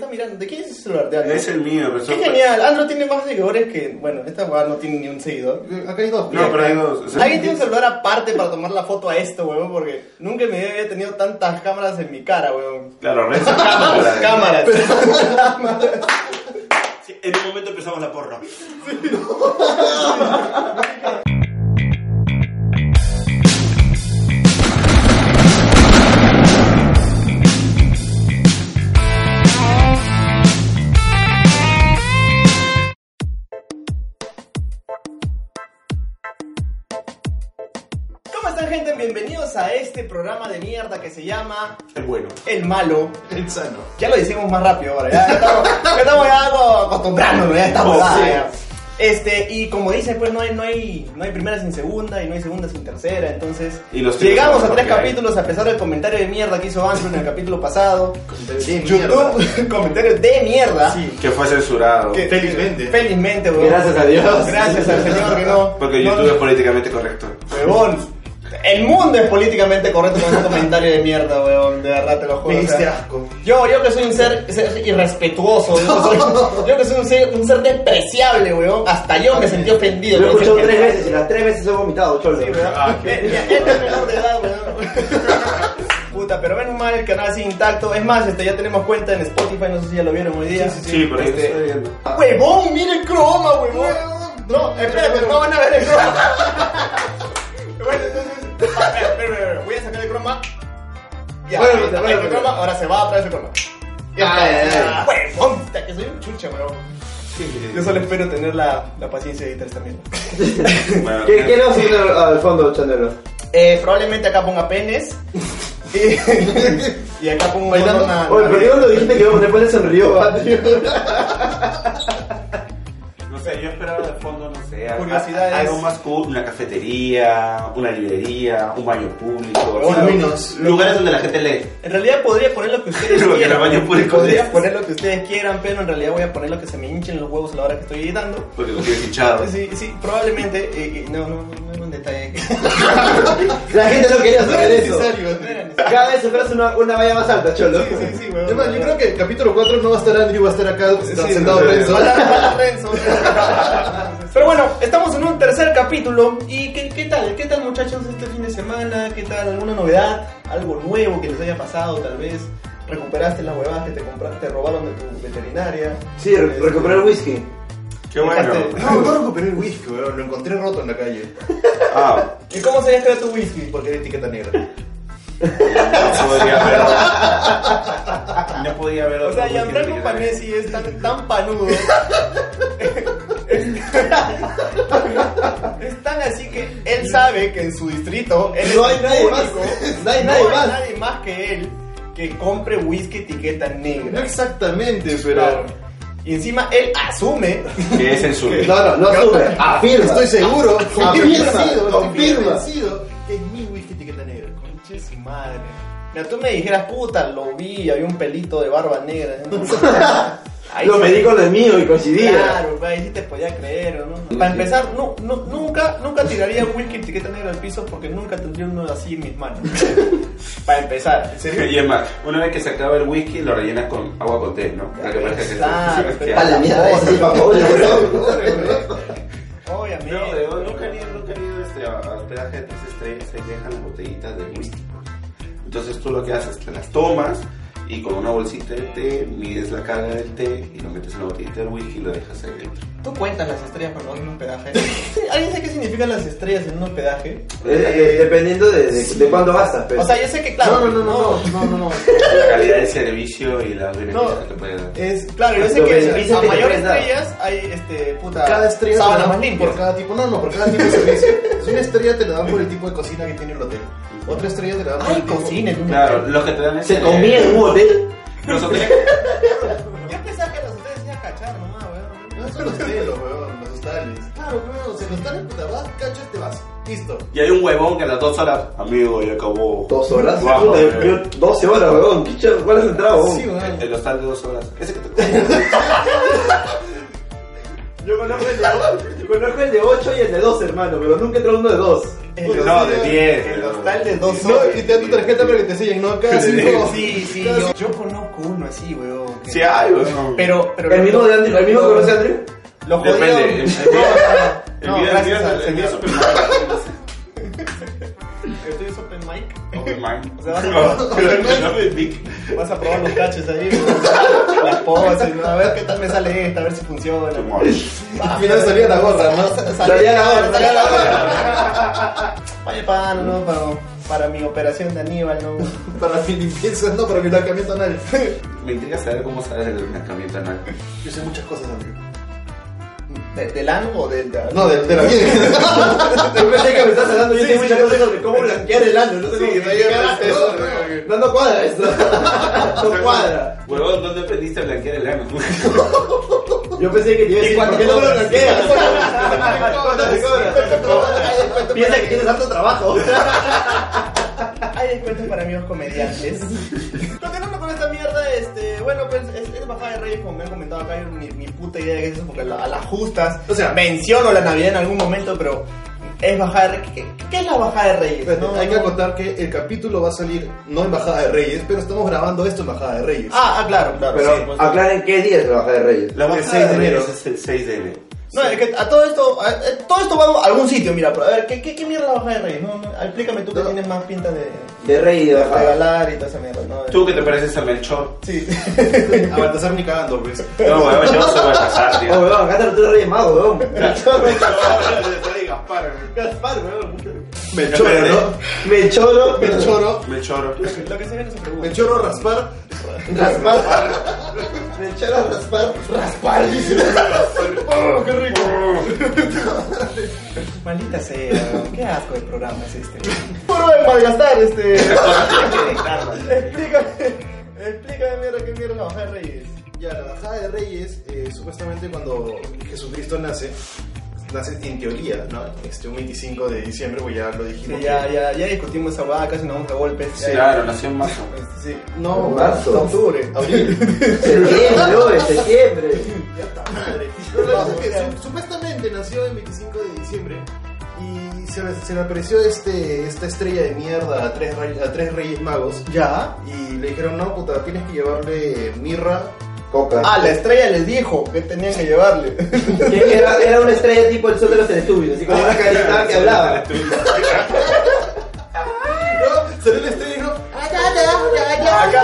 mirando. ¿De quién es ese celular? De Andrew. Es el mío, pero Qué genial. Andrew tiene más seguidores que... Bueno, esta weá no tiene ni un seguidor. Acá hay dos. No, pero hay dos. O sea, Alguien tiene un celular aparte para tomar la foto a esto, weón, porque nunca en mi vida había tenido tantas cámaras en mi cara, weón. Claro, Renzo. Cámaras. Sí, en un momento empezamos la porra. Gente, bienvenidos a este programa de mierda que se llama El bueno. El malo. El sano. Ya lo decimos más rápido ahora, ya estamos ya acostumbrándonos, ya estamos y como dicen, pues no hay primera sin segunda y no hay segunda sin tercera, entonces Y los llegamos a 3 capítulos a pesar del comentario de mierda que hizo Andrew en el capítulo pasado. YouTube, comentarios de mierda. Sí. Que fue censurado. Felizmente, weón. Gracias a Dios. Gracias al Señor que no. Porque YouTube es políticamente correcto. Huevón. El mundo es políticamente correcto con ese comentario de mierda, weón. De verdad te lo juro. Me diste asco. Yo que soy un ser irrespetuoso. Yo que soy un ser despreciable, weón. Hasta yo me sentí ofendido. Lo he escuchado 3 veces y las 3 veces he vomitado, cholo. Sí, weón. Este es menor de edad, weón. Puta, pero menos mal el canal sigue intacto. Es más, ya tenemos cuenta en Spotify. No sé si ya lo vieron hoy día. Sí, por ahí estoy viendo. Huevón, mira el croma, huevón. No, espérate, no van a ver el croma. Bueno, entonces, espera, voy a sacar el croma. Ya, Bueno, el croma, ahora se va a traer el croma. Ya, huevón, que soy un chucha, weón. Yo solo espero tener la paciencia de editar esta mierda. Bueno, ¿Qué le vamos a poner al fondo, Chandelo? Probablemente acá ponga penes. Y acá pongo Bailando. Oye, pero yo lo dijiste que después le sonrió, No sé, yo esperaba de fondo, no sé, Curiosidades. algo más cool, una cafetería, una librería, un baño público, Menos. lugares donde la gente lee. En realidad podría poner lo que ustedes Porque quieran. el baño público Podría es- poner lo que ustedes quieran, pero en realidad voy a poner lo que se me hinchen los huevos a la hora que estoy editando. Porque lo tienes hinchado. Sí, probablemente. No era un detalle. La gente no quería saber eso. Necesario. No era necesario. Cada vez esperas una valla más alta, cholo. Sí, weón. Además, yo creo que el capítulo 4 no va a estar Andrew, va a estar acá sentado sí, Renzo. Hola, Renzo. Pero bueno, estamos en un tercer capítulo. ¿Y qué tal? ¿Qué tal, muchachos, este fin de semana? ¿Qué tal? ¿Alguna novedad? ¿Algo nuevo que les haya pasado, tal vez? ¿Recuperaste las huevadas que te robaron de tu veterinaria? Sí, recuperar el whisky. Qué bueno. No recuperé el whisky, weón. Lo encontré roto en la calle. Ah, ¿Y cómo sabías que era tu whisky? Porque era etiqueta negra. no podría haber. No podía haber. O sea, otro Gianfranco whisky Panesi es tan panudo. Es tan así que él sabe que en su distrito él No es hay el nadie más. único, No hay nadie más. que él que compre whisky etiqueta No negra. exactamente, pero... Claro. Y encima él asume que es el suyo. No asume, afirma. Estoy seguro, Confirma, confirma confirma. que es mi whisky etiqueta negra. Conche su madre. Mira, tú me dijeras, puta, lo vi, había un pelito de barba negra. Ahí Lo sí- medí con el mío y coincidía. Claro, ahí sí te podía creer, ¿no? Para empezar, nunca tiraría whisky etiqueta negra al piso porque nunca tendría uno así en mis manos. Para empezar, ¿en serio? Y es más, una vez que se acaba el whisky, lo rellenas con agua con té, ¿no? Para que parezca que Claro, es pero- A la mierda, ese sí, por favor. Obviamente. nunca han ido a hospedaje de 3 estrellas, ahí dejan las botellitas de whisky. Entonces tú lo que haces, te las tomas y con una bolsita de té mides la carga del té y lo metes en la botellita del whisky y lo dejas ahí dentro. ¿Tú cuentas las estrellas cuando vas a un hospedaje? ¿Alguien sabe qué significan las estrellas en un hospedaje? Dependiendo de cuánto gastas, pero. O sea, yo sé que, claro. No. La calidad del servicio y las beneficios que puede dar. Es, claro, yo sé Los que beneficios a que te mayores pueden dar. estrellas hay, puta, Cada estrella te la sábanas dan más limpias. por cada tipo. No, por cada tipo de servicio. Si una estrella te la dan por el tipo de cocina que tiene el hotel. Otra estrella te la dan por Hay el tipo... cocina en un Claro, hotel. los que te dan es Se comía en un hotel. los hoteles. Yo pensaba que los hoteles decían cachar nomás, weón. No son los telos, weón, los hostales. Claro, weón, si los hostales, puta, vas, cachas, te vas. Listo. Y hay un huevón que a las 2 horas, amigo, ya acabó. 2 horas. Guau, Puta, weón. yo 12 horas, weón. ¿Cuál es el trago? Sí, weón. El hostal de 2 horas. Ese que te Yo conozco el de 8 y el de 2, hermano, pero nunca entró uno de 2. No, de 10. El hostal de 2 No, soles. y te dan tu tarjeta para que te sellen, ¿no? Cada 5. Sí, yo conozco uno así, weón. que- Sí hay, weón. Pero ¿El mismo de Andrew? ¿El mismo conoce a Andrew? Lo jodido. Depende. No, El mío gracias al es señor. Super Mario. Estoy es open mic. Open mind. O sea, vas a No, pero no me pique. Vas a probar los caches ahí, las poses, ¿no? A ver qué tal me sale esta, a ver si funciona. Al final salía la gorra, ¿no? Salía la gorra, salía la gorra. Vaya pan, ¿no? Para mi operación de Aníbal, ¿no? Para mi limpieza, no, para mi blanqueamiento anal. Me intriga saber cómo sale el blanqueamiento anal. Yo sé muchas cosas, Andrew. ¿Del ano o del...? No, de la vida. Yo pensé que me estás hablando, yo tengo muchas cosas sobre cómo blanquear el ano, no sé cómo no cuadra esto. No cuadra. Huevón, ¿dónde aprendiste a blanquear el ano? Yo pensé que te iba a decir, ¿por qué no me lo blanqueas? ¿Cuánto te cobra? Piensa que tienes harto trabajo. Hay descuentos para amigos comediantes. Continuando con esta mierda, bueno, pues es bajada de Reyes, como me han comentado acá, yo ni puta idea de qué es eso, porque a las justas, O sea, menciono la Navidad en algún momento, pero es bajada de Reyes. ¿Qué es la bajada de Reyes? Espérate, hay que acotar que el capítulo va a salir no en Bajada de Reyes, pero estamos grabando esto en Bajada de Reyes. Claro. Pero sí, pues, aclaren qué día es la bajada de Reyes. La El bajada 6 de de enero. Reyes es el 6 de enero. No, es que a todo esto va a algún sitio, mira, pero a ver, ¿qué mierda es la bajada de Reyes? No, explícame tú que tienes más pinta De rey y de de bajada. regalar y toda esa mierda, ¿no? Tú que te pareces a Melchor. Sí. A Baltasar ni cagando, pues. No, weón, yo no se voy a casar, Oh, tío. weón, acá te lo Reyes Magos, weón. Gaspar, weón. Me Me choro, ¿no? Me choro. Me choro. Me choro. Lo que se ve no se pregunta. Me choro raspar. Raspar. Me choro raspar. Raspar, dice. Oh, qué rico. Maldita sea, qué asco de programa es este. Puro de malgastar, Explícame, mierda, qué mierda es la bajada de Reyes. Ya, la Bajada de Reyes, supuestamente cuando Jesucristo nace en teoría, ¿no? Un 25 de diciembre, pues ya lo dijimos. Sí, ya discutimos esa hueá, casi nos vamos a golpes. Claro, nació en marzo. Sí. No, Marzo. Octubre. abril. Septiembre, weón, septiembre. Pero la cosa es que supuestamente nació el 25 de diciembre y se le apareció esta estrella de mierda a tres reyes magos ¿Ya? y le dijeron, no, puta, tienes que llevarle mirra. Coca. La estrella les dijo que tenían que llevarle. Que era una estrella tipo el sol de los teletubbies, así como una carita que hablaba. No, salió la estrella y no, Acá.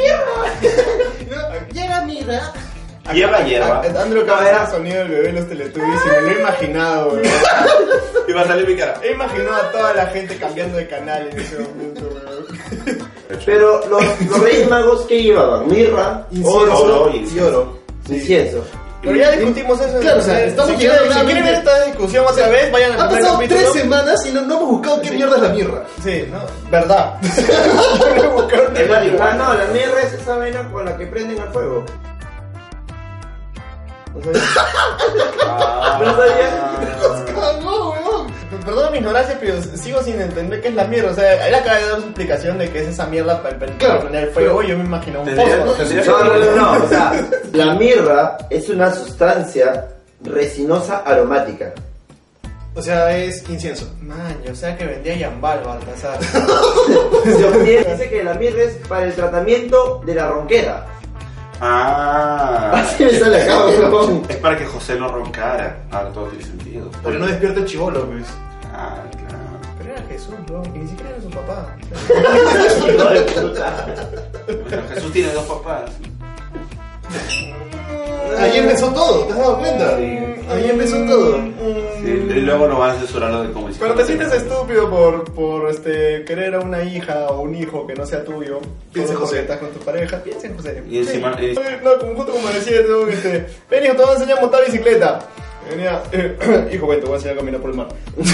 llega mirra. Lleva hierba. Andrew acaba de hacer el sonido del bebé de los Teletubbies y me lo he imaginado, weón. Y va a salir mi cara. He imaginado a toda la gente cambiando de canal en ese momento, weón. Pero los reyes magos, ¿qué llevaban? Mirra, Incienso oro, y oro. incienso. Pero ya discutimos eso. Claro, o sea, estamos si quieren, llegando si quieren ver esta discusión otra vez, vayan al Han primer pasado capítulo. 3 semanas y no hemos buscado qué mierda es la mirra. Sí, ¿no? Verdad. Yo no he buscado una Ah, marihuana. no, la mirra es esa vaina con la que prenden al fuego. ¿No sabías? ¿No sabías? No, weón. Perdón mi ignorancia, pero sigo sin entender qué es la mierda. O sea, él acaba de dar su explicación de qué es esa mierda para Claro, prender el fuego. pero- Yo me imagino un Tendría- pozo. tendría- No, o sea, la mirra es una sustancia resinosa aromática. O sea, es incienso. Man, o sea que vendía Yambal, Baltasar. Se obtiene, dice que la mirra es para el tratamiento de la ronquera. Ah. Así me sale acá, weón. Es para que José no roncara. Ahora todo tiene sentido. Para que no despierte el chivolo, pues. Ah, claro. Pero era Jesús, ¿no? Y ni siquiera era su papá. Hijo de puta. Bueno, Jesús tiene 2 papás. Ahí empezó todo, ¿te has dado cuenta? Ahí empezó todo. Sí, y luego nos van a censurar lo de cómo Cuando te sientes estúpido por querer a una hija o un hijo que no sea tuyo, Piensa en solo porque José. estás con tu pareja, piensa en José. Y encima- Sí. No, como justo como decía, ¿no? Ven hijo, te voy a enseñar a montar bicicleta. Venía, hijo, ven, te voy a enseñar a caminar por el mar.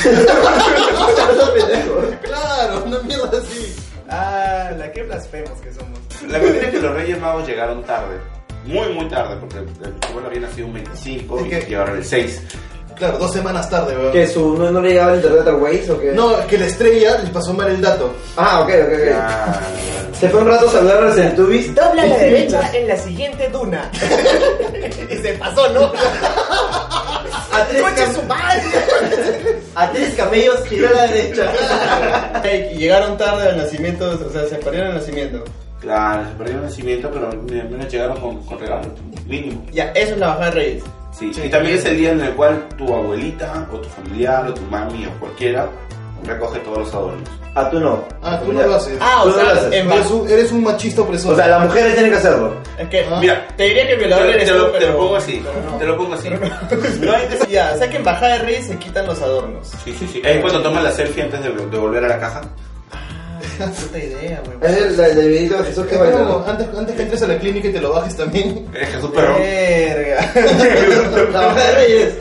Claro, una mierda así. La que blasfemos que somos. La cuestión es que los Reyes Magos llegaron tarde. Muy tarde, porque el chihuahua había nacido un 25 Es y que- llegaron el 6. Claro, 2 semanas tarde, weón. ¿Que no le llegaba el internet al Waze o qué? No, es que la estrella les pasó mal el dato. Ah, ok. Ah, Se fue un rato a saludar a los Teletubbies. Dobla a la derecha en la siguiente duna. Y se pasó, ¿no? ¡Coche su madre! A 3 camellos giró a la derecha. Y llegaron tarde al nacimiento, o sea, se perdieron el nacimiento. Claro, se perdió el nacimiento, pero al menos llegaron con regalos, mínimo. Ya, eso es la bajada de Reyes. Sí, y también es el día en el cual tu abuelita, o tu familiar, o tu mami, o cualquiera, recoge todos los adornos. Ah, tú no. Ah, tú no lo haces. Ah, Tú o no lo sea, haces. Eres un machista opresor. O sea, las mujeres tienen que hacerlo. es que, Mira, te diría que violador eres te tú, lo pero... pongo así, pero no. te lo pongo así. No hay que... Ya, o sea que en bajada de Reyes se quitan los adornos. Sí. Es cuando tomas la selfie antes de volver a la caja. Ah, puta idea, güey. Es el videito de Jesús que Es baila. como antes que entres a la clínica y te lo bajes también. Es Jesús Perrón. Verga. La bajada de Reyes.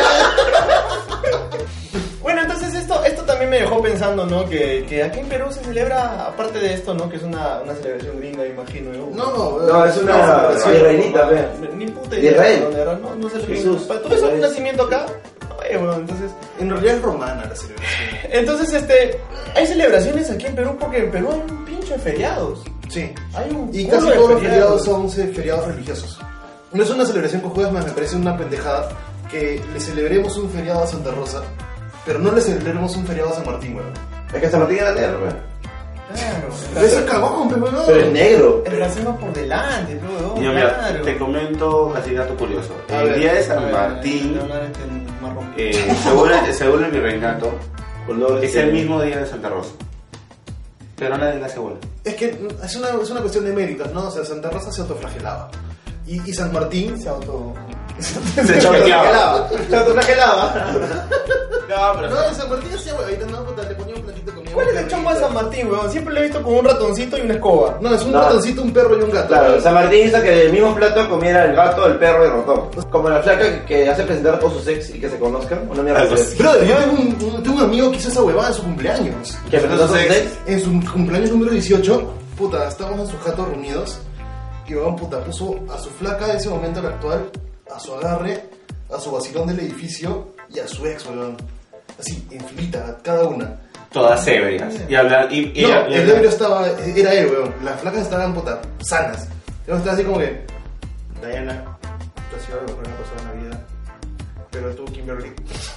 Bueno, entonces esto también me dejó pensando, ¿no? Que aquí en Perú se celebra, aparte de esto, ¿no? Que es una celebración gringa, imagino yo. No, es una israelita, ve. Ni puta idea. Israel. ¿De verdad? No sé lo que Jesús. ¿Tú ves un nacimiento acá? Bueno, entonces... en realidad es romana la celebración. Entonces, hay celebraciones aquí en Perú porque en Perú hay un pinche de feriados. Sí. Hay un Y culo casi de todos los feriados son feriados religiosos. No es una celebración con juegas más, me parece una pendejada que le celebremos un feriado a Santa Rosa, pero no le celebremos un feriado a San Martín, weón. Es que San Martín era negro, weón. Claro. Es el cagón, pero no. Pero es negro. El racismo por delante, pero Y mira, claro. te comento así dato curioso. A El ver, día de A San ver, Martín, hablar marrón. según el virreinato, Color, es el mismo día de Santa Rosa. Pero nadie le hace bola. Es que es una cuestión de méritos, ¿no? O sea, Santa Rosa se autoflagelaba. Y San Martín Se auto... Se choqueaba. Se autoflagelaba. No, pero No, en San Martín hacía huevita, no, puta, le ponía un platito de comida. ¿Cuál es el chombo de San Martín, weón? Siempre lo he visto con un ratoncito y una escoba. No, es un No. ratoncito, un perro y un gato. Claro, San Martín hizo que del mismo plato comiera el gato, el perro y el ratón. Como la flaca que hace presentar a todos sus ex y que se conozcan. Una mierda Algo así. así. Brother, yo tengo un amigo que hizo esa huevada en su cumpleaños. Que presentó a sus ex. En su cumpleaños número 18, puta, estábamos en su jato reunidos. Y weón, puta, puso a su flaca de ese momento, la actual, a su agarre, a su vacilón del edificio y a su ex, weón. Así, en filita, cada una. todas ebrias. Y hablar. No, el ebrio era él, weón. Las flacas estaban, puta, sanas. Yo estaba así como que, Diana, tú has sido la mejor persona en la vida. Pero tú, Kimberly.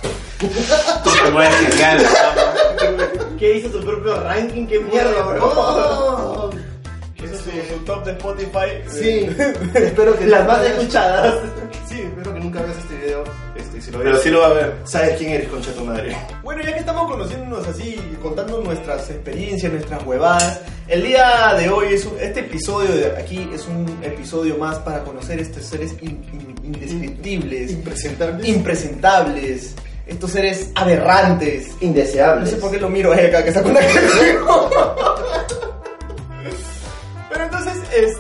Te mueres sin ganas. ¿Qué hizo su propio ranking? ¿Qué mierda, bro? Hizo su top de Spotify. Sí, espero que Las más escuchadas. Sí, espero que nunca veas este video. Y si lo Pero ves, sí lo va a ver. sabes quién eres, concha tu madre. Bueno, ya que estamos conociéndonos así, contando nuestras experiencias, nuestras huevadas, el día de hoy, este episodio de aquí es un episodio más para conocer estos seres indescriptibles, Impresentables. impresentables, estos seres aberrantes. No Indeseables. sé por qué lo miro a él acá, que está con la Pero entonces,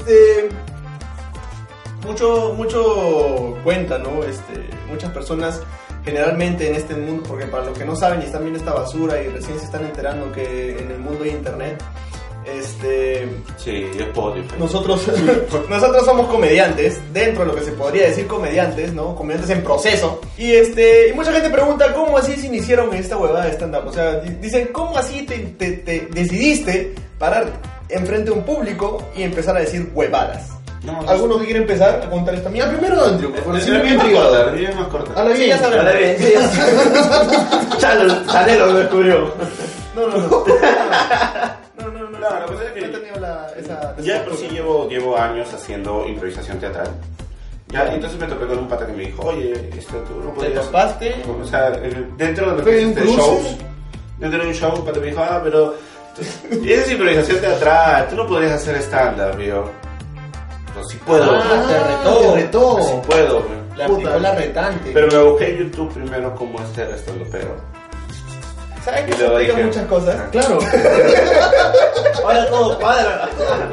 mucho cuenta, ¿no? Muchas personas generalmente en este mundo, porque para los que no saben y están viendo esta basura y recién se están enterando que en el mundo hay internet, Sí, Spotify. nosotros somos comediantes, dentro de lo que se podría decir comediantes, ¿no? Comediantes en proceso. Y mucha gente pregunta cómo así se iniciaron en esta huevada de stand-up. O sea, dicen, ¿cómo así te decidiste parar enfrente de un público y empezar a decir huevadas? No, ¿Alguno que quiere empezar a contar esta Ya, mierda? primero Andrew, por La decirlo vida bien más privado. corta, la vida más corta. A la Sí, bien. ya sabes. Vale, bien, sí, ya. Chanelo lo descubrió. No. No, la cosa es que no he tenido esa... Ya por sí llevo años haciendo improvisación teatral. Ya, y entonces me topé con un pata que me dijo, oye, tú no ¿Te podrías... topaste? O sea, dentro de lo ¿Fue que es un cruce? shows, dentro de un show, un pata me dijo, pero... Esa es improvisación teatral, tú no podrías hacer stand-up, yo. Pues sí puedo. Te retó. Sí puedo, güey. La Puta. aplicó la retante. Pero me busqué en YouTube primero cómo hacer stand-upero. ¿Sabes que Y se luego explican dije, muchas cosas? Claro. Ahora todo cuadra.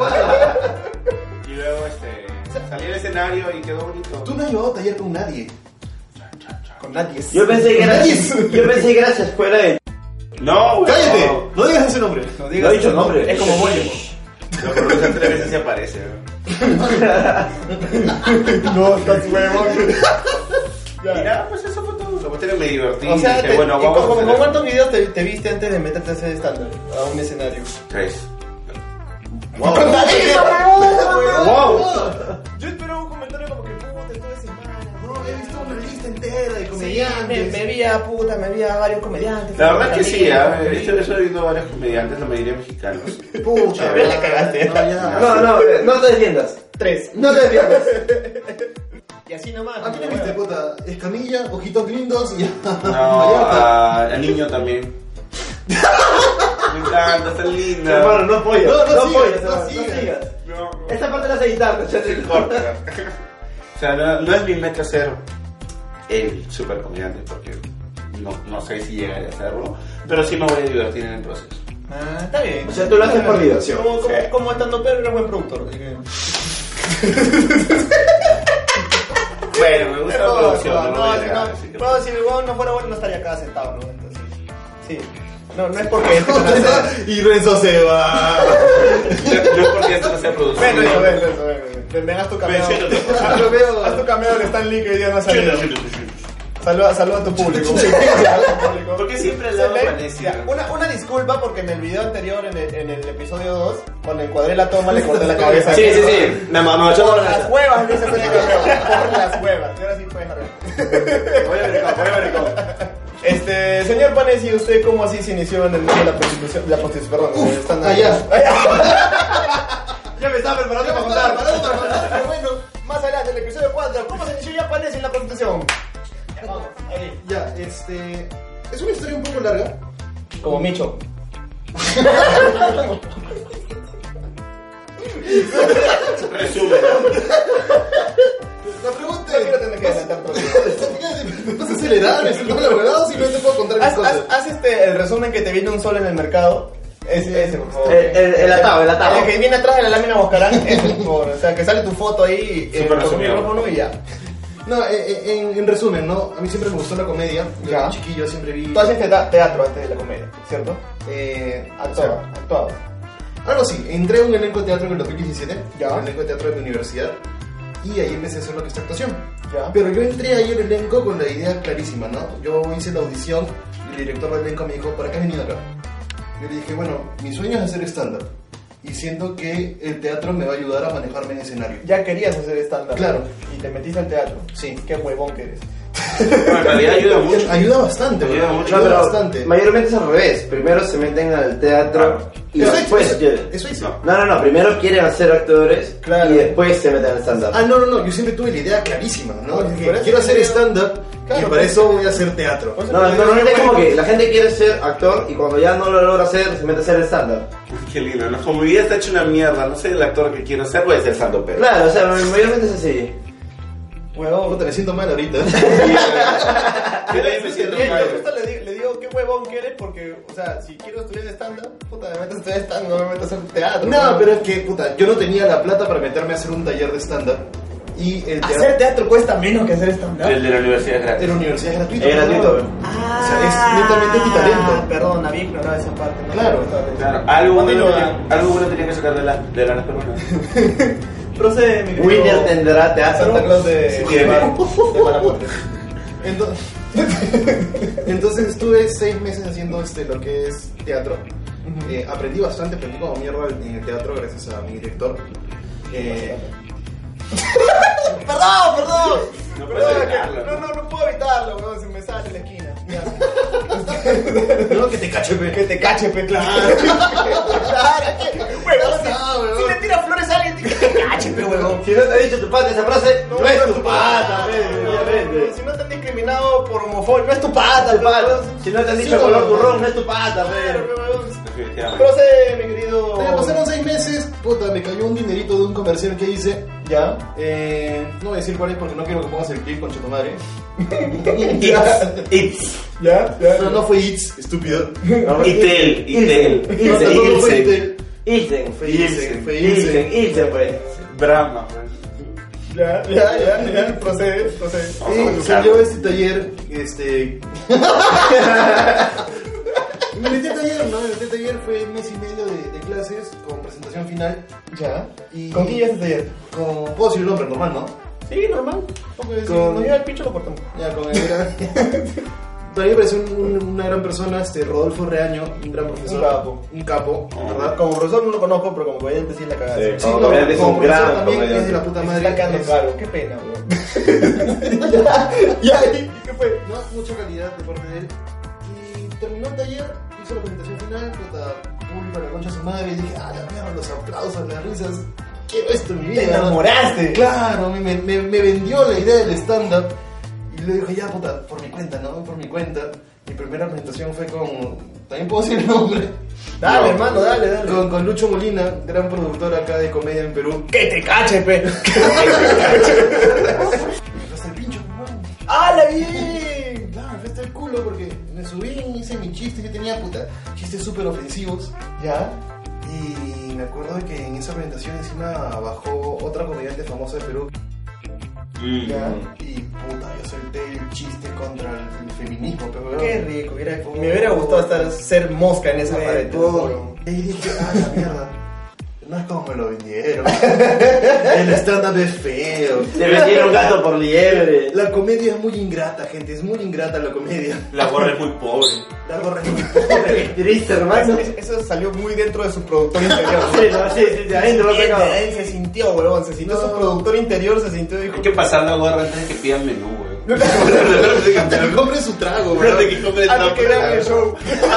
Y luego salí al escenario y quedó bonito. Tú no has llevado taller con nadie. Con nadie. Yo pensé que era esa escuela de... No, güey. ¡Cállate! No. No digas ese nombre. No No he dicho nombre. Es como Voldemort. Lo pronuncian 3 veces y aparece, güey. No, estás huevón. Y nada, pues eso fue todo. La cuestión que me divertí. O sea, y dije, bueno, vamos a ¿con hacer cuántos videos te viste antes de meterte a hacer stand-up? A un escenario. 3. ¡Wow! ¡Wow! Yo espero un comentario como que puta, toda semana. No, he visto una lista entera de Sí, comediantes. me vi a varios comediantes. La verdad que sí, he visto varios comediantes, la mayoría mexicanos. Pucha, A ver, la cagaste. No, ya. No te defiendas. 3. No te defiendas. Y así nomás. ¿A quién le viste, puta? Escamilla, ojitos lindos y No, a Niño también. Me encanta, está linda. Hermano, no apoyas. No No sigas, apoyas, no hermano, no sigas. sigas. No, Esta parte la vas a editar, ¿cachai? corta. O sea, no es mi meta ser el super comediante porque no sé si llegaré a hacerlo, pero sí me voy a divertir en el proceso. Ah, está bien. O sea, tú lo haces por diversión. Como estando pero eres buen productor. Así que... Bueno, me gusta la producción, no lo voy a si negar, así que- no, si el huevón no fuera bueno no estaría acá sentado, ¿no? Entonces, sí. No es porque... y Renzo se va. No es porque esto no sea producido. Ven, haz tu cameo. Ven, Haz tu cameo de Stan Lee que hoy día no ha salido. Saluda a tu público. Porque siempre al lado Se ve- Vanessa. ya, una disculpa porque en el video anterior, en el episodio 2, cuando encuadré la toma le corté la cabeza. Sí. Me echó Por la las cabeza. huevas, Luis, se fue de cameo. Por las huevas. Y ahora sí puedes hablar. Voy a ver cómo. Señor Panesi, ¿usted cómo así se inició en el mundo de la prostitución? Perdón, están Ya me estaba preparando para contar. Bueno, más adelante, en el episodio 4, ¿cómo se inició ya Panesi en la prostitución? Vamos, ahí. Ya, es una historia un poco larga. Como Micho. Resumen. La pregunta No quiero es, tener que adelantar todo. ¿vas a acelerar? ¿Es la verdad o si no te puedo contar mis cosas? Haz el resumen que te viene un sol en el mercado. Ese, por favor. El atado. El que viene atrás de la lámina Boscarán, ese, por favor. O sea, que sale tu foto ahí Súper con un resumido. micrófono y ya. No, en resumen, ¿no? A mí siempre me gustó la comedia. Yo Ya. de chiquillo siempre vi... Tú haces teatro antes de la comedia, ¿cierto? Actuaba. Algo así, entré a un elenco de teatro en el 2017, Ya. un elenco de teatro de mi universidad, y ahí empecé a hacer lo que es actuación. Ya. Pero yo entré ahí al elenco con la idea clarísima, ¿no? Yo hice la audición y el director del elenco me dijo, ¿para qué has venido acá? Yo le dije, bueno, mi sueño es hacer stand-up, y siento que el teatro me va a ayudar a manejarme en escenario. Ya querías hacer stand-up. Claro. Y te metiste al teatro. Sí. Qué huevón que eres. Bueno, en realidad ayuda mucho. Ayuda bastante, Ayuda ¿verdad? mucho. No, pero bastante. mayormente es al revés. Primero se meten al teatro y Eso después hice, quieren. eso hice. No. No. Primero quieren hacer actores Claro. y después se meten al stand-up. Ah, no, yo siempre tuve la idea clarísima, ¿no? Por Dije, eso quiero te hacer digo- stand-up Claro, y para eso voy a hacer teatro. Por eso No, te digo, normalmente es bueno, como que la gente quiere ser actor y cuando ya no lo logra hacer, se mete a hacer el stand-up. Qué lindo, ¿no? Como mi vida está hecha una mierda, no sé el actor que quiero ser, voy a ser Santo Pedro. Claro, o sea, mayormente es así. Huevón. Puta, me siento mal ahorita. Yo también me siento mal. Yo justo le digo qué huevón que eres porque, o sea, si quiero estudiar stand-up, puta, me meto a estudiar stand-up, no me meto a hacer teatro. No, pero es que, puta, yo no tenía la plata para meterme a hacer un taller de stand-up. Y el teatro Hacer teatro cuesta menos que hacer stand-up. El de la universidad es en gratis. la universidad es gratuito. Es gratuito, ¿no? O sea, es netamente mi talento. Perdón, había ignorado esa parte. ¿no? Claro, Claro, algo Continúa. bueno tenía que sacar de las peruanas. Procede, mi querido Winner tendrá teatro. Santa Claus de Malaporte. Entonces estuve 6 meses haciendo lo que es teatro. Aprendí bastante, aprendí como mierda en el teatro gracias a mi director. Perdón. No puedes Perdón, evitarlo. no puedo evitarlo, weón, se me sale en la esquina. Ya. No, que te cache, pe. Que te cache, pe, claro. Huevón, si le tiras flores a alguien, que te cache, pe, huevón. Si no te ha dicho tu pata esa frase, no es tu pata, obviamente. Si no te han discriminado por homofobia, no es tu pata, pe, huevón. Si no te han Sí, dicho no, color no. turrón, no es tu pata, Claro, pero. pe, huevón. Definitivamente. Procede, mi querido. Pero pasaron 6 meses, puta, me cayó un dinerito de un comercial que hice. Ya. No voy a decir cuál es porque no quiero que pongas el clip con tu madre. It's. Ya. No fue It's, estúpido. Itel. No, tampoco fue Itel. Ilsen. Fue Ilsen, fue Ilsen. Ilsen fue. Brahma. Ya. Procede. Y salió este taller, Me metí al taller, ¿no? Me metí al taller, fue 1 mes y medio de clases con presentación final. Ya. Y- ¿Con quién ya estás ayer? Puedo decir el nombre, normal, ¿no? Sí, normal. Porque si Con- nos llega el pincho lo cortamos. Ya, con el gran... Para mí me parece una gran persona, Rodolfo Reaño, un gran profesor. Un capo. ¿Verdad? Como profesor no lo conozco, pero como comediante sí es la cagada. Sí. Sí, Como no, comediante es como un profesor gran también comediante. es de la puta Me madre. está quedando es- claro, qué pena, weón. ya, ¿qué fue? No, mucha calidad de parte de él. Y terminó el taller, hizo la presentación final, público a la concha de su madre, y dije, la mierda, los aplausos, las risas, quiero esto en mi vida. Te enamoraste. Claro, me vendió la idea del stand-up. Y le dije, ya puta, por mi cuenta, ¿no? Por mi cuenta. Mi primera presentación fue con... También puedo decir el nombre. Dale, No. hermano, dale. Con Lucho Molina, gran productor acá de comedia en Perú. Que te cache, pe. Hasta el pincho, hermano. ¡Hala, bien! Claro, me fue hasta el culo porque me subí y hice mi chiste que tenía, puta, chistes súper ofensivos. Ya. Y me acuerdo de que en esa presentación encima bajó otra comediante famosa de Perú. Ya. Y puta, yo solté el chiste contra el feminismo, pero Qué rico, me hubiera gustado ser mosca en esa pared. te lo juro. Y dije, la mierda. No es como me lo vendieron. El stand-up es feo. Te vendieron gato por liebre. La comedia es muy ingrata, gente. Es muy ingrata la comedia. La gorra es muy pobre. La gorra es muy pobre. Triste, hermano. Eso salió muy dentro de su productor interior. Sí, no, sí, de adentro lo sacaba. Él se sintió, huevón. Se sintió su productor interior, se sintió y dijo. Hay que pasar la gorra antes de que pidan menú, güey. Hasta que compre su trago, Antes bro. de que compren Antes que vean el show.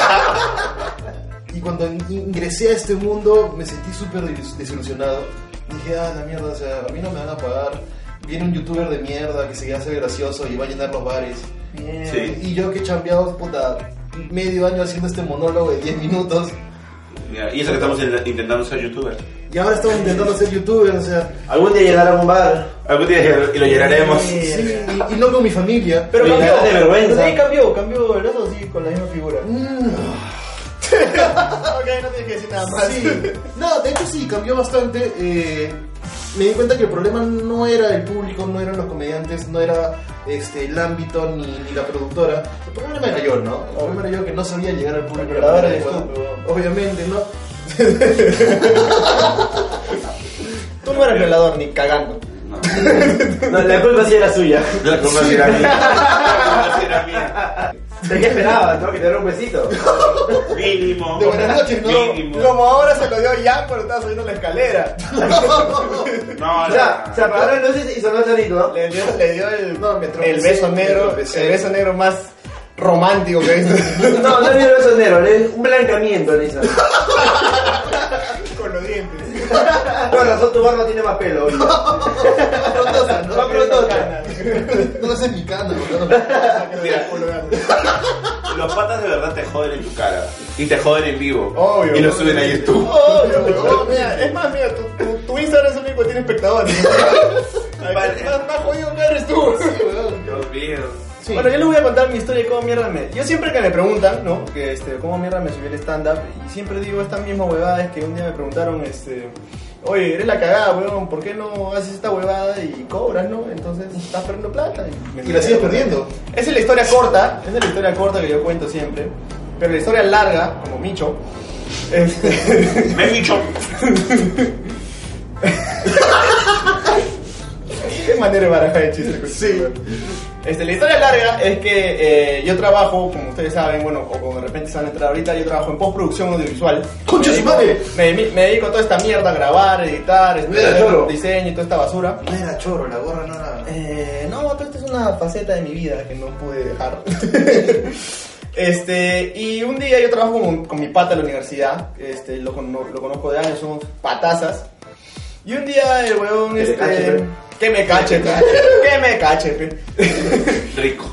Y cuando ingresé a este mundo me sentí súper desilusionado. Dije, la mierda, o sea, a mí no me van a pagar. Viene un youtuber de mierda que se hace gracioso y va a llenar los bares. Sí. Y yo que he chambeado, puta, medio año haciendo este monólogo de 10 minutos. Y eso que estamos intentando ser youtubers. Y ahora estamos intentando ser youtuber, o sea. Algún día llenarán un bar. Algún día y lo llenaremos. Sí, y no con mi familia. Pero Oye, cambió. de vergüenza. Sí, cambió el oso, sí, con la misma figura. Ok, no tienes que decir nada más. Sí. No, de hecho sí, cambió bastante. Me di cuenta que el problema no era el público, no eran los comediantes, no era el ámbito ni la productora. El problema era yo, ¿no? El problema era yo que no sabía llegar al público. El violador eres Bueno, tú, obviamente, ¿no? Tú no eres violador ni cagando. No. No, la culpa sí era suya. La culpa sí era mía. La culpa sí era mía. ¿De qué esperabas, no? Que te diera un besito. Mínimo. De buenas noches, ¿no? Mínimo. Como ahora se lo dio Jan cuando estaba subiendo la escalera. No, Ya, se apagaron las luces y sonó el sonito, ¿no? Le dio No, me tropecé, el beso me negro, tropecé. el beso negro más romántico que he visto. No, no es beso negro, es un blancamiento, le hizo. Con los dientes. Con razón tu barba tiene más pelo. Oye. Va pronto canas. No es en mi cana, bro. Mira, los patas de verdad te joden en tu cara. Y te joden en vivo. Obvio. Y lo suben a YouTube. Obvio, mira, es más, mira, tu Instagram es el único que tiene espectadores. Más jodido que eres tú. Dios mío. Sí. Bueno, yo les voy a contar mi historia de cómo mierda Yo siempre que me preguntan, ¿no? Que cómo mierda me subí el stand-up, y siempre digo esta misma huevada, es que un día me preguntaron, oye, eres la cagada, weón, ¿por qué no haces esta huevada y cobras, no? Entonces estás perdiendo plata. Y la sigues perdiendo. Esa es la historia corta que yo cuento siempre. Pero la historia larga, como Micho, Me he dicho. qué manera de barajar el chiste. Sí. La historia larga es que yo trabajo, como ustedes saben, bueno, o como de repente se van a entrar ahorita, yo trabajo en postproducción audiovisual. ¡Concha Me su dedico- madre! Me dedico a toda esta mierda, a grabar, editar, Mira, choro. diseño y toda esta basura. No era choro, la gorra no era. No, todo esto es una faceta de mi vida que no pude dejar. Y un día yo trabajo con mi pata en la universidad, lo conozco de años, somos patazas. Y un día el huevón, Que te cache, pe. que me cache, pe. Que me cache, pe. Rico.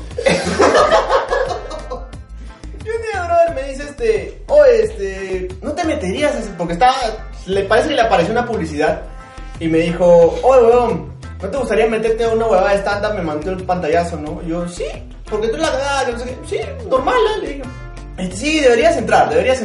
Y un día, brother, me dice, ¿no te meterías? Porque le parece que le apareció una publicidad y me dijo, oye, weón, ¿no te gustaría meterte a una huevada de stand-up? Me mandó el pantallazo, ¿no? Y yo, sí, porque tú la cagada, que no sé qué. Sí, normal, le dije. Sí, deberías entrar.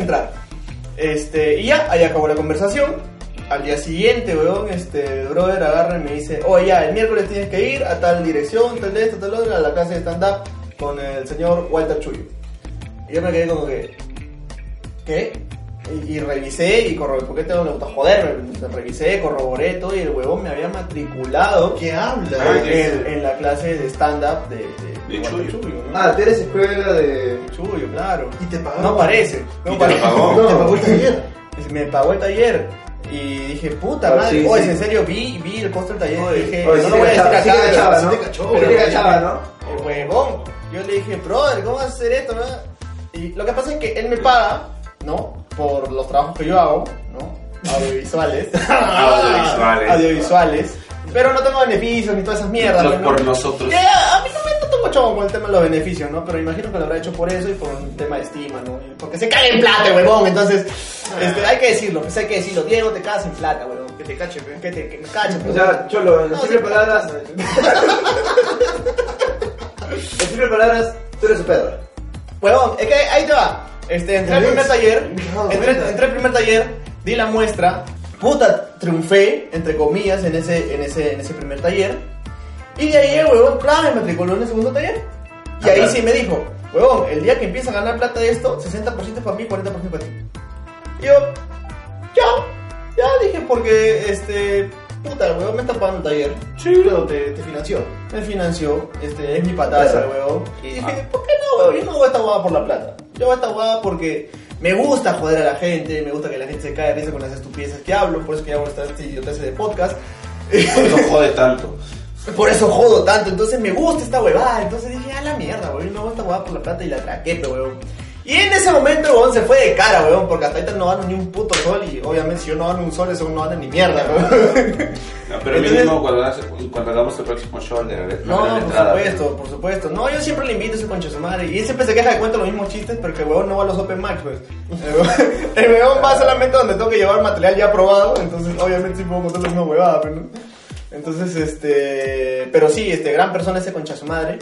Y ya, ahí acabó la conversación. Al día siguiente, weón, brother agarra y me dice, oye, ya, el miércoles tienes que ir a tal dirección, tal esto, tal otro, a la clase de stand-up con el señor Walter Chuyo. Y yo me quedé como que, ¿qué? Y revisé y corroboré, porque tengo que joder, revisé, corroboré todo y el huevón me había matriculado ¿Qué habla? en la clase de stand-up de Chuyo. ¿no? Ah, tienes escuela de... Chuyo, claro. ¿Y te pagaron? No parece. ¿Y te lo pagó? ¿Te pagó el taller? Me pagó el taller. Y dije, puta Ah, madre, sí, oye, sí. en serio, vi el costo del taller y dije, Oye, no sí lo voy a decir sí acá, te cachaba, sí ¿no? te cachó, Sí te cachaba, ¿no? el huevón. Yo le dije, brother, ¿cómo vas a hacer esto, no? Y lo que pasa es que él me paga, ¿no? Por los trabajos que yo hago, ¿no? Audiovisuales. Audiovisuales. Pero no tengo beneficios ni todas esas mierdas. ¿no? Por nosotros. Que a mí no tengo chavo con el tema de los beneficios, ¿no? Pero imagino que lo habrá hecho por eso y por un tema de estima, ¿no? Y porque se cae en plata, huevón. Entonces, hay que decirlo, pues hay que decirlo. Diego, te cagas en plata, huevón. Que te cache, pe. Que me cache, O sea, Cholo, en No, simple sí, palabras... En simple palabras, tú eres su perro. huevón, es que ahí te va. Entré al primer taller, entré al primer taller, di la muestra, puta, triunfé, entre comillas, en ese primer taller. Y de ahí el huevón, claro, me matriculó en el segundo taller. Y ahí sí me dijo, huevón, el día que empieza a ganar plata de esto, 60% para mí, 40% para ti. Y yo, ya dije, porque, puta, el huevón me está pagando el taller. Sí. Pero te financió. Me financió, es mi pataza, el huevón. Y dije, ¿por qué no, huevón? Yo no hago esta huevada por la plata. Yo hago esta huevada porque me gusta joder a la gente, me gusta que la gente se caiga de risa con las estupideces que hablo, por eso que hago esta idiotez de podcast. No jode tanto. Por eso jodo tanto, entonces me gusta esta huevada. Entonces dije, a la mierda, huevón, no hago esta huevada por la plata y la traquete, huevón. Y en ese momento el huevón se fue de cara, huevón, porque hasta ahorita no gano ni un puto sol. Y obviamente si yo no gano un sol, eso no gana ni mierda, huevón. No, pero mínimo cuando hagamos el próximo show de la No, entrada. por supuesto. No, yo siempre le invito a ese concha de su madre. Y él siempre se queja de cuento los mismos chistes, pero que el huevón no va a los open mics, pues. El huevón va solamente donde tengo que llevar material ya probado, entonces obviamente sí puedo contar la misma huevada, pero no. Entonces, pero sí, gran persona ese concha de su madre.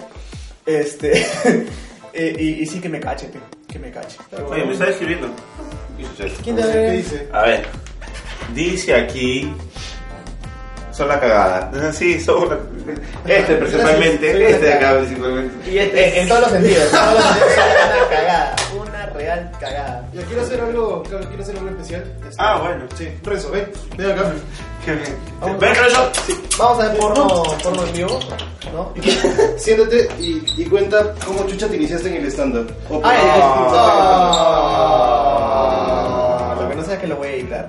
Y sí que me cache, que me cache. Oye, me está escribiendo. ¿Quién te ¿Qué dice? A ver, dice aquí. Son la cagada. Sí, son una... principalmente. De acá principalmente. Y en todos los sentidos, son una cagada, una real cagada. Ya quiero hacer algo especial. Bueno. Sí, Renzo, ven acá. Qué bien. Vamos. ¿Ven, Renzo? Vamos a ver porno en vivo, ¿no? Siéntate y cuenta cómo chucha te iniciaste en el stand-up. Lo que no sé es que lo voy a editar.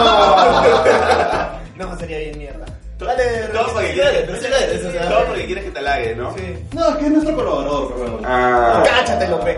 No, sería bien mierda. Dale, Todo porque quieres que te halague, ¿no? Sí. No, es que es nuestro colaborador, perdón. Cáchatelo, pe.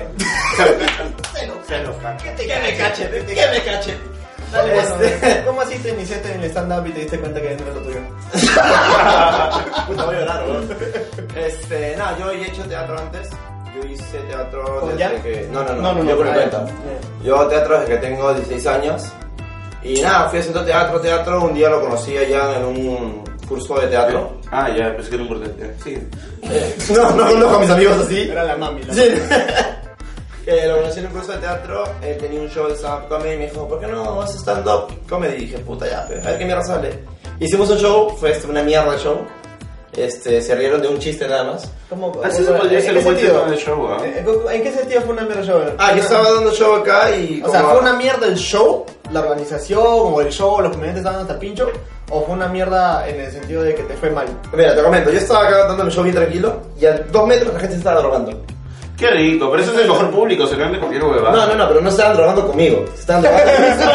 Que me cache. Dale, ¿cómo así te iniciaste en el stand-up y te diste cuenta que no era lo tuyo? Puta, voy a llorar, weón. No, yo he hecho teatro antes. Yo hice teatro ¿Con desde Jan? que... No, No, yo por mi ah, cuenta. Yo teatro desde que tengo 16 años. Y nada, fui haciendo teatro. Un día lo conocí allá en un curso de teatro. Ya, pensé que era importante. Sí. No con mis amigos así. Era la mami. Sí. Lo conocí en un curso de teatro, él tenía un show de stand-up comedy y me dijo, ¿por qué no haces stand-up comedy? Y dije, puta ya, a ver qué mierda sale. Hicimos un show, fue una mierda de show. Se rieron de un chiste nada más. ¿Cómo? Así se podría ser un buen tema de show, ¿ah? ¿En qué sentido fue una mierda el show? Yo estaba dando show acá y... O sea, ¿fue una mierda el show, la organización o el show, los comediantes estaban hasta el pincho? ¿O fue una mierda en el sentido de que te fue mal? Mira, te comento, yo estaba acá dando el show bien tranquilo y a 2 metros la gente se estaba drogando. Qué rico, pero eso es el mejor público, se vende cualquier huevada. No, pero no se estaban drogando conmigo, se estaban drogando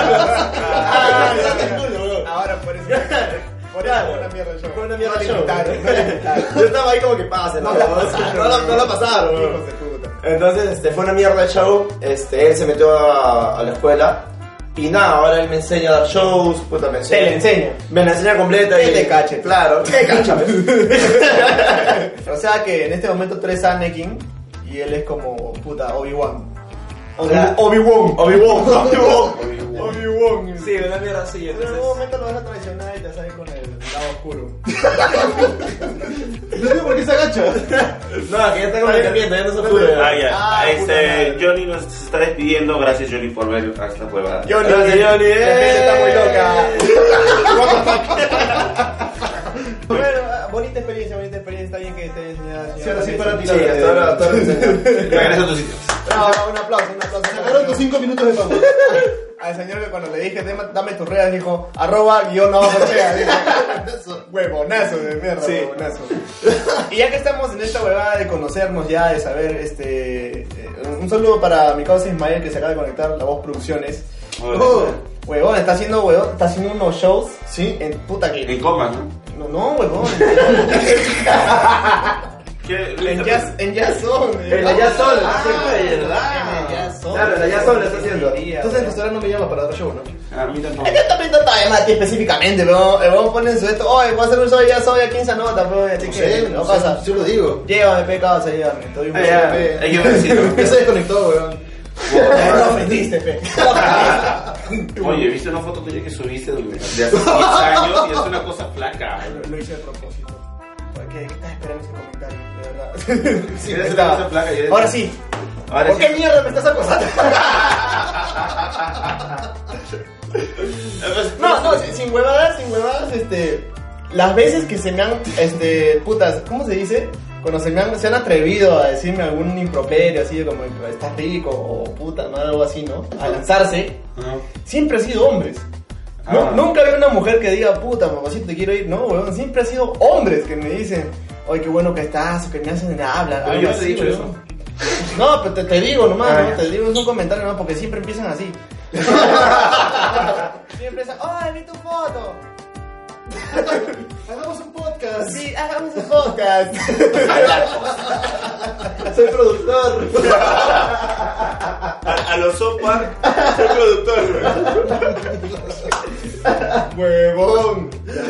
Ahora por eso. Por eso fue una mierda el show. Fue una mierda el show. show. Yo estaba ahí como que pase, no la pasaron. Hijos de puta. Entonces, fue una mierda el show. Él se metió a la escuela. Y nada, ahora él me enseña a dar shows. Puta, me enseña. Te le enseña. Me la enseña completa. Que te cache. Claro, te cacha. O sea que en este momento tú eres Anakin y él es como puta Obi-Wan. sea, Obi-Wan. Sí, una mierda así. En algún momento lo vas a traicionar y te sales con el lado oscuro. No sé por qué se agacha. No, que ya tengo mi cambiamiento, ya no se pudo. puta madre. Johnny nos está despidiendo. Gracias, Johnny, por ver a esta huevada. Johnny, Gracias, Johnny. La gente está muy loca. Bueno, bonita experiencia, está bien que te enseñas. Sí, ahora sí para ti. Sí, hasta ahora Regresa a tu sitio. Bravo, un aplauso. Sacaron tus 5 minutos de fama. al señor que cuando le dije dame tus redes dijo @_chea, dijo, huevonazo de mierda, Sí. huevonazo. Y ya que estamos en esta huevada de conocernos ya, de saber, un saludo para mi causa Ismael que se acaba de conectar, La Voz Producciones. Huevón, está haciendo unos shows. ¿Sí? En puta que. En coma, ¿no? No, huevón. ¿Qué? En Jazz Zone. En la Jazz Zone, Ah, sí, verdad. En el Jazz Zone. Claro, en la Jazz Zone lo está haciendo. Entonces el restaurante no me llama para otro show, ¿no? A mí tampoco. Es que también no te llama a ti específicamente, pero el huevón pone en su esto, oye, voy a hacer un show de Jazz Zone aquí en Sanota, pero así que no pasa. Yo lo digo. Llévame, pecado, llévame. Te doy un Ya, beso. hay que decirlo. ¿Qué se desconectó, weón? No ofendiste, pe. Oye, ¿viste una foto tuya que subiste de hace 10 años y es una cosa flaca? Lo hice a propósito. ¿Qué estás esperando ese comentario? De verdad. Sí, es una cosa flaca. Ahora sí. Ahora ¿Por sí. qué mierda me estás acosando? No, sin huevadas, las veces que se me han, putas, ¿cómo se dice? Cuando se han atrevido a decirme algún improperio, así como, estás rico, o puta, ¿no? Algo así, ¿no? A lanzarse, siempre ha sido hombres. No, nunca había una mujer que diga, puta, mamacito, te quiero ir. No, weón, siempre ha sido hombres que me dicen, oye, qué bueno que estás, que me hacen hablar. Pero yo no te he dicho weón. eso. No, pero te digo nomás, Ah, ¿no? ya. Te digo, es un comentario nomás, porque siempre empiezan así. Siempre empiezan, ¡ay, vi tu foto! Hagamos un podcast. Sí, hagamos un podcast. Soy productor. A los software, soy productor. Huevón.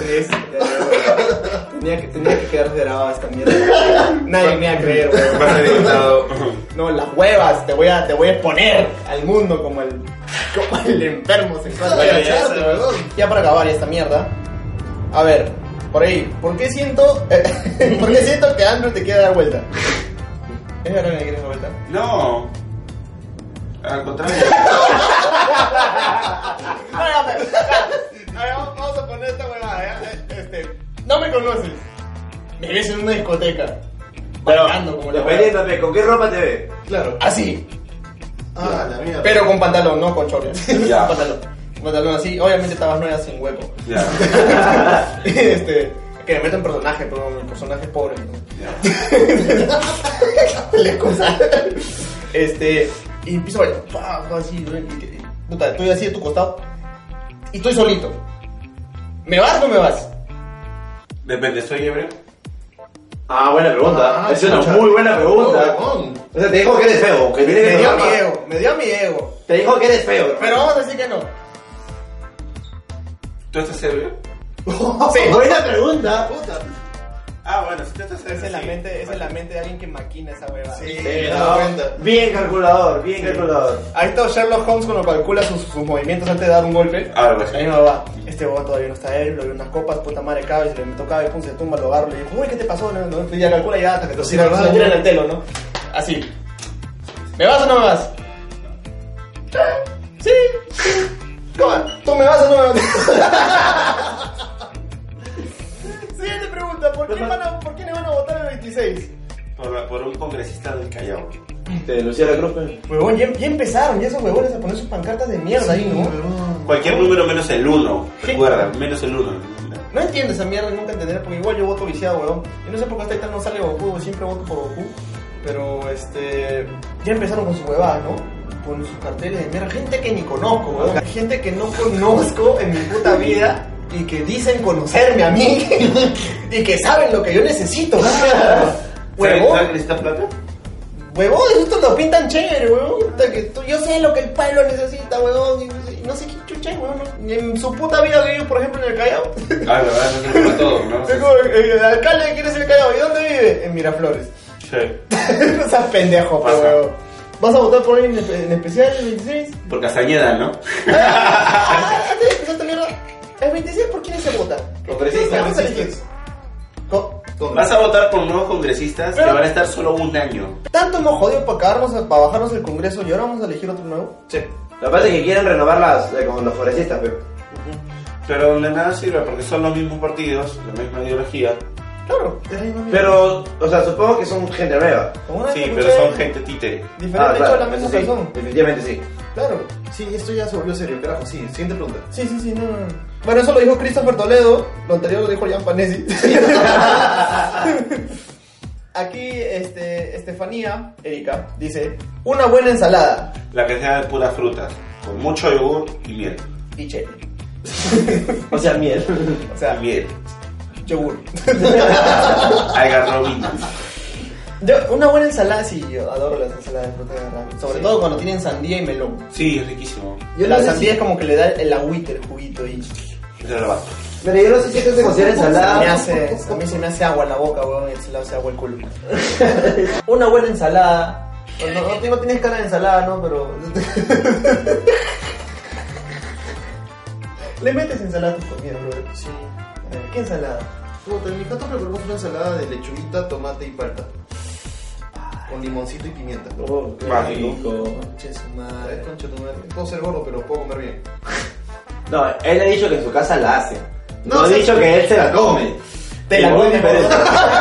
Tenía que quedar grabada esta mierda. Nadie me va a creer, huevón. Más editado. No, las huevas, te voy a exponer al mundo como el enfermo sexual. Vaya, Bueno, ya, ya, ya para acabar esta mierda. A ver, por ahí, ¿por qué siento que Andrew te quiere dar vuelta? ¿Es verdad que me quieres dar vuelta? No. Al contrario. A ver, vamos a poner esta huevada, ¿ya? No me conoces. Me ves en una discoteca. Bailando como la hueva. Dependiéndote, ¿con qué ropa te ve? Claro. Así. Ah, la mierda. Pero con pantalón, no con shorts. Ya. Con pantalón así. Obviamente estabas nueva sin hueco. Ya. Que me meto en personaje, pero mi personaje es pobre. ¿No? Ya. La excusa. Y empiezo a bailar. Así, puta, estoy así de tu costado. Y estoy solito. ¿Me vas o no me vas? Depende, ¿soy ebrio? Ah, buena pregunta. Ah, es una escucha. muy buena pregunta. Oh, huevón. O sea, te dijo que eres feo, que tienes Me que dio probar mi más. ego, me dio mi ego. Te dijo que eres feo. Pero vamos a decir que no. ¿Tú estás ebrio? Sí. Buena pregunta. Puta. Ah, bueno, si tú estás ebrio. Esa es la sí. mente de alguien que maquina esa hueva. Sí. Sí, me no. doy cuenta. Bien calculador, bien calculador. Ahí está Sherlock Holmes cuando calcula sus movimientos antes de dar un golpe. Algo así. Ahí no va. Este huevón todavía no está ebrio, le doy unas copas, puta madre cabe, se le meto cabe, pum, se tumba, lo agarro, le digo, uy, ¿qué te pasó? No, ya calcula ya hasta que te Sí, tira ¿verdad? en el telo, ¿no? Así. ¿Me vas o no me vas? Sí. Toma, ¿tú me vas o no me vas? Siguiente pregunta, ¿por qué le van a votar el 26? Por un congresista del Callao. Te denuncié a la cruz, pe. Huevón, ya empezaron, ya esos huevones a poner sus pancartas de mierda ahí, ¿no? Huevón. Cualquier número menos el 1. ¿Qué? Recuerda, menos el 1. No entiendo esa mierda y nunca entenderé porque igual yo voto viciado, weón. Yo no sé por qué hasta ahorita no sale Goku, siempre voto por Goku. Pero ya empezaron con sus huevadas, ¿no? Con sus carteles de mierda. Gente que ni conozco, weón. Gente que no conozco en mi puta vida y que dicen conocerme a mí y que saben lo que yo necesito. ¿Sabes Huevón. que necesita plata? Huevón, esto lo pintan chévere, huevón. Yo sé lo que el pueblo necesita, huevón. Y no sé qué chucha, huevón. ¿No? En su puta vida vive, por ejemplo, en el Callao. Ah, la verdad, no se para todo, ¿no? Es como, el alcalde quiere ser el Callao. ¿Y dónde vive? En Miraflores. Sí. No seas pendejo, Pasa. huevón. ¿Vas a votar por él en especial el 26? Por Castañeda, ¿no? Antes de empezar esta mierda, el 26, ¿por quiénes se vota? Congresistas. Vamos a elegir. Vas a votar por nuevos congresistas que Pero- van a estar solo un año. Tanto hemos jodido para bajarnos el Congreso y ahora vamos a elegir otro nuevo. Sí. Lo que pasa es que quieren renovarlas con los congresistas, pe. Pero de nada sirve porque son los mismos partidos, la misma ideología. Claro, es la misma mierda. Pero, o sea, supongo que son gente nueva. Como una vez Sí, que pero escuché son gente títere. diferente hecho la misma eso sí, persona. definitivamente sí. Claro. Sí, esto ya se volvió serio, carajo. Sí, siguiente pregunta. Sí, no. Bueno, eso lo dijo Christopher Toledo, lo anterior lo dijo Jan Panesi. Aquí, Estefanía, Erika, dice, una buena ensalada La que sea de puras frutas, con mucho yogur y miel. y chile. O sea, miel. O sea, Y miel. yogur. Algarrobina. Una buena ensalada, sí, yo adoro las ensaladas de fruta de verdad. Sobre todo cuando tienen sandía y melón. Sí, es riquísimo. Yo La no sé sandía si- es como que le da el agüite, el juguito y... Es el vato. Pero yo no sé si esto se considera a ensalada. mí se me hace agua en la boca, weón, y se le hace agua el culo. Una buena ensalada. No tienes cara de ensalada, ¿no? Pero... Le metes ensalada a tu comida, bro. Sí. ¿Qué ensalada? Puta, en mi plato preparamos una ensalada de lechuguita, tomate y palta. Con limoncito y pimienta. Oh, qué Más rico. Conche su madre. Concha tu madre. Puedo ser gordo, pero puedo comer bien. No, él ha dicho que en su casa la hace. No, No, ha sí, dicho que él se la come. Te la Igual comes, diferente.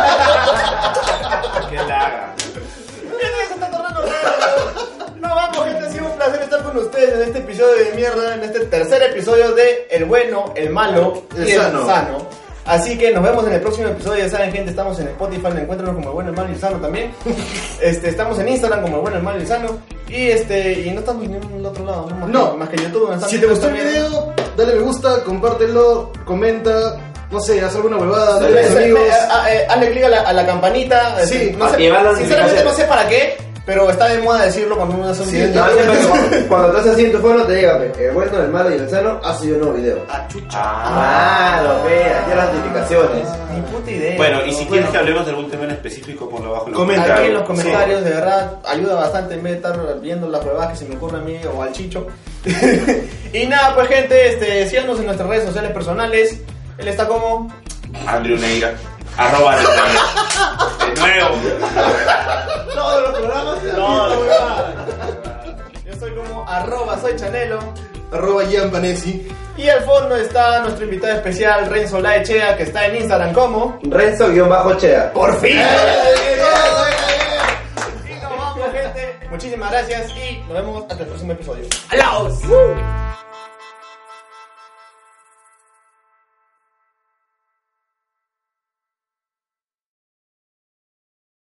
Que la haga. No vamos, gente, ha sido un placer estar con ustedes en este episodio de mierda, en este tercer episodio de El Bueno, El Malo El y El Sano. Sano. Así que nos vemos en el próximo episodio. Ya saben, gente, estamos en Spotify, encuéntranos como El Bueno, El Malo y El Sano también. Estamos en Instagram como El Bueno, El Malo y El Sano. Y no estamos ni en el otro lado, No. más que YouTube. donde están Si te gustó el también. video, dale me gusta, compártelo, comenta, no sé, haz alguna huevada, Sí, dale a tus amigos. Hazle clic a la campanita. Sí, no sé, activar las sinceramente no notificaciones. sé para qué, pero está de moda decirlo cuando uno hace un Sí, video. no, Cuando estás así en tu fono te diga, el bueno, el malo y el sano, ha sido un nuevo video. Ah, chucha. Claro, ve, aquí las notificaciones. Ni puta idea. Bueno, y si Bueno, quieres que hablemos de algún tema en específico, ponlo abajo en los Comenta. aquí en los comentarios. comentarios, de verdad, ayuda bastante en vez de estar viendo las huevadas que se me ocurre a mí o al Chicho. Y nada, pues gente, síganos en nuestras redes sociales personales. Él está como... Andrew Neira. @ de nuevo. Todos los programas. Yo soy como @soychanelo. @Gian Panesi. Y al fondo está nuestro invitado especial, Renzo Laechea, que está en Instagram como... Renzo-Chea. ¡Por fin! Y nos vamos, gente. Muchísimas gracias y nos vemos hasta el próximo episodio. ¡Alaos!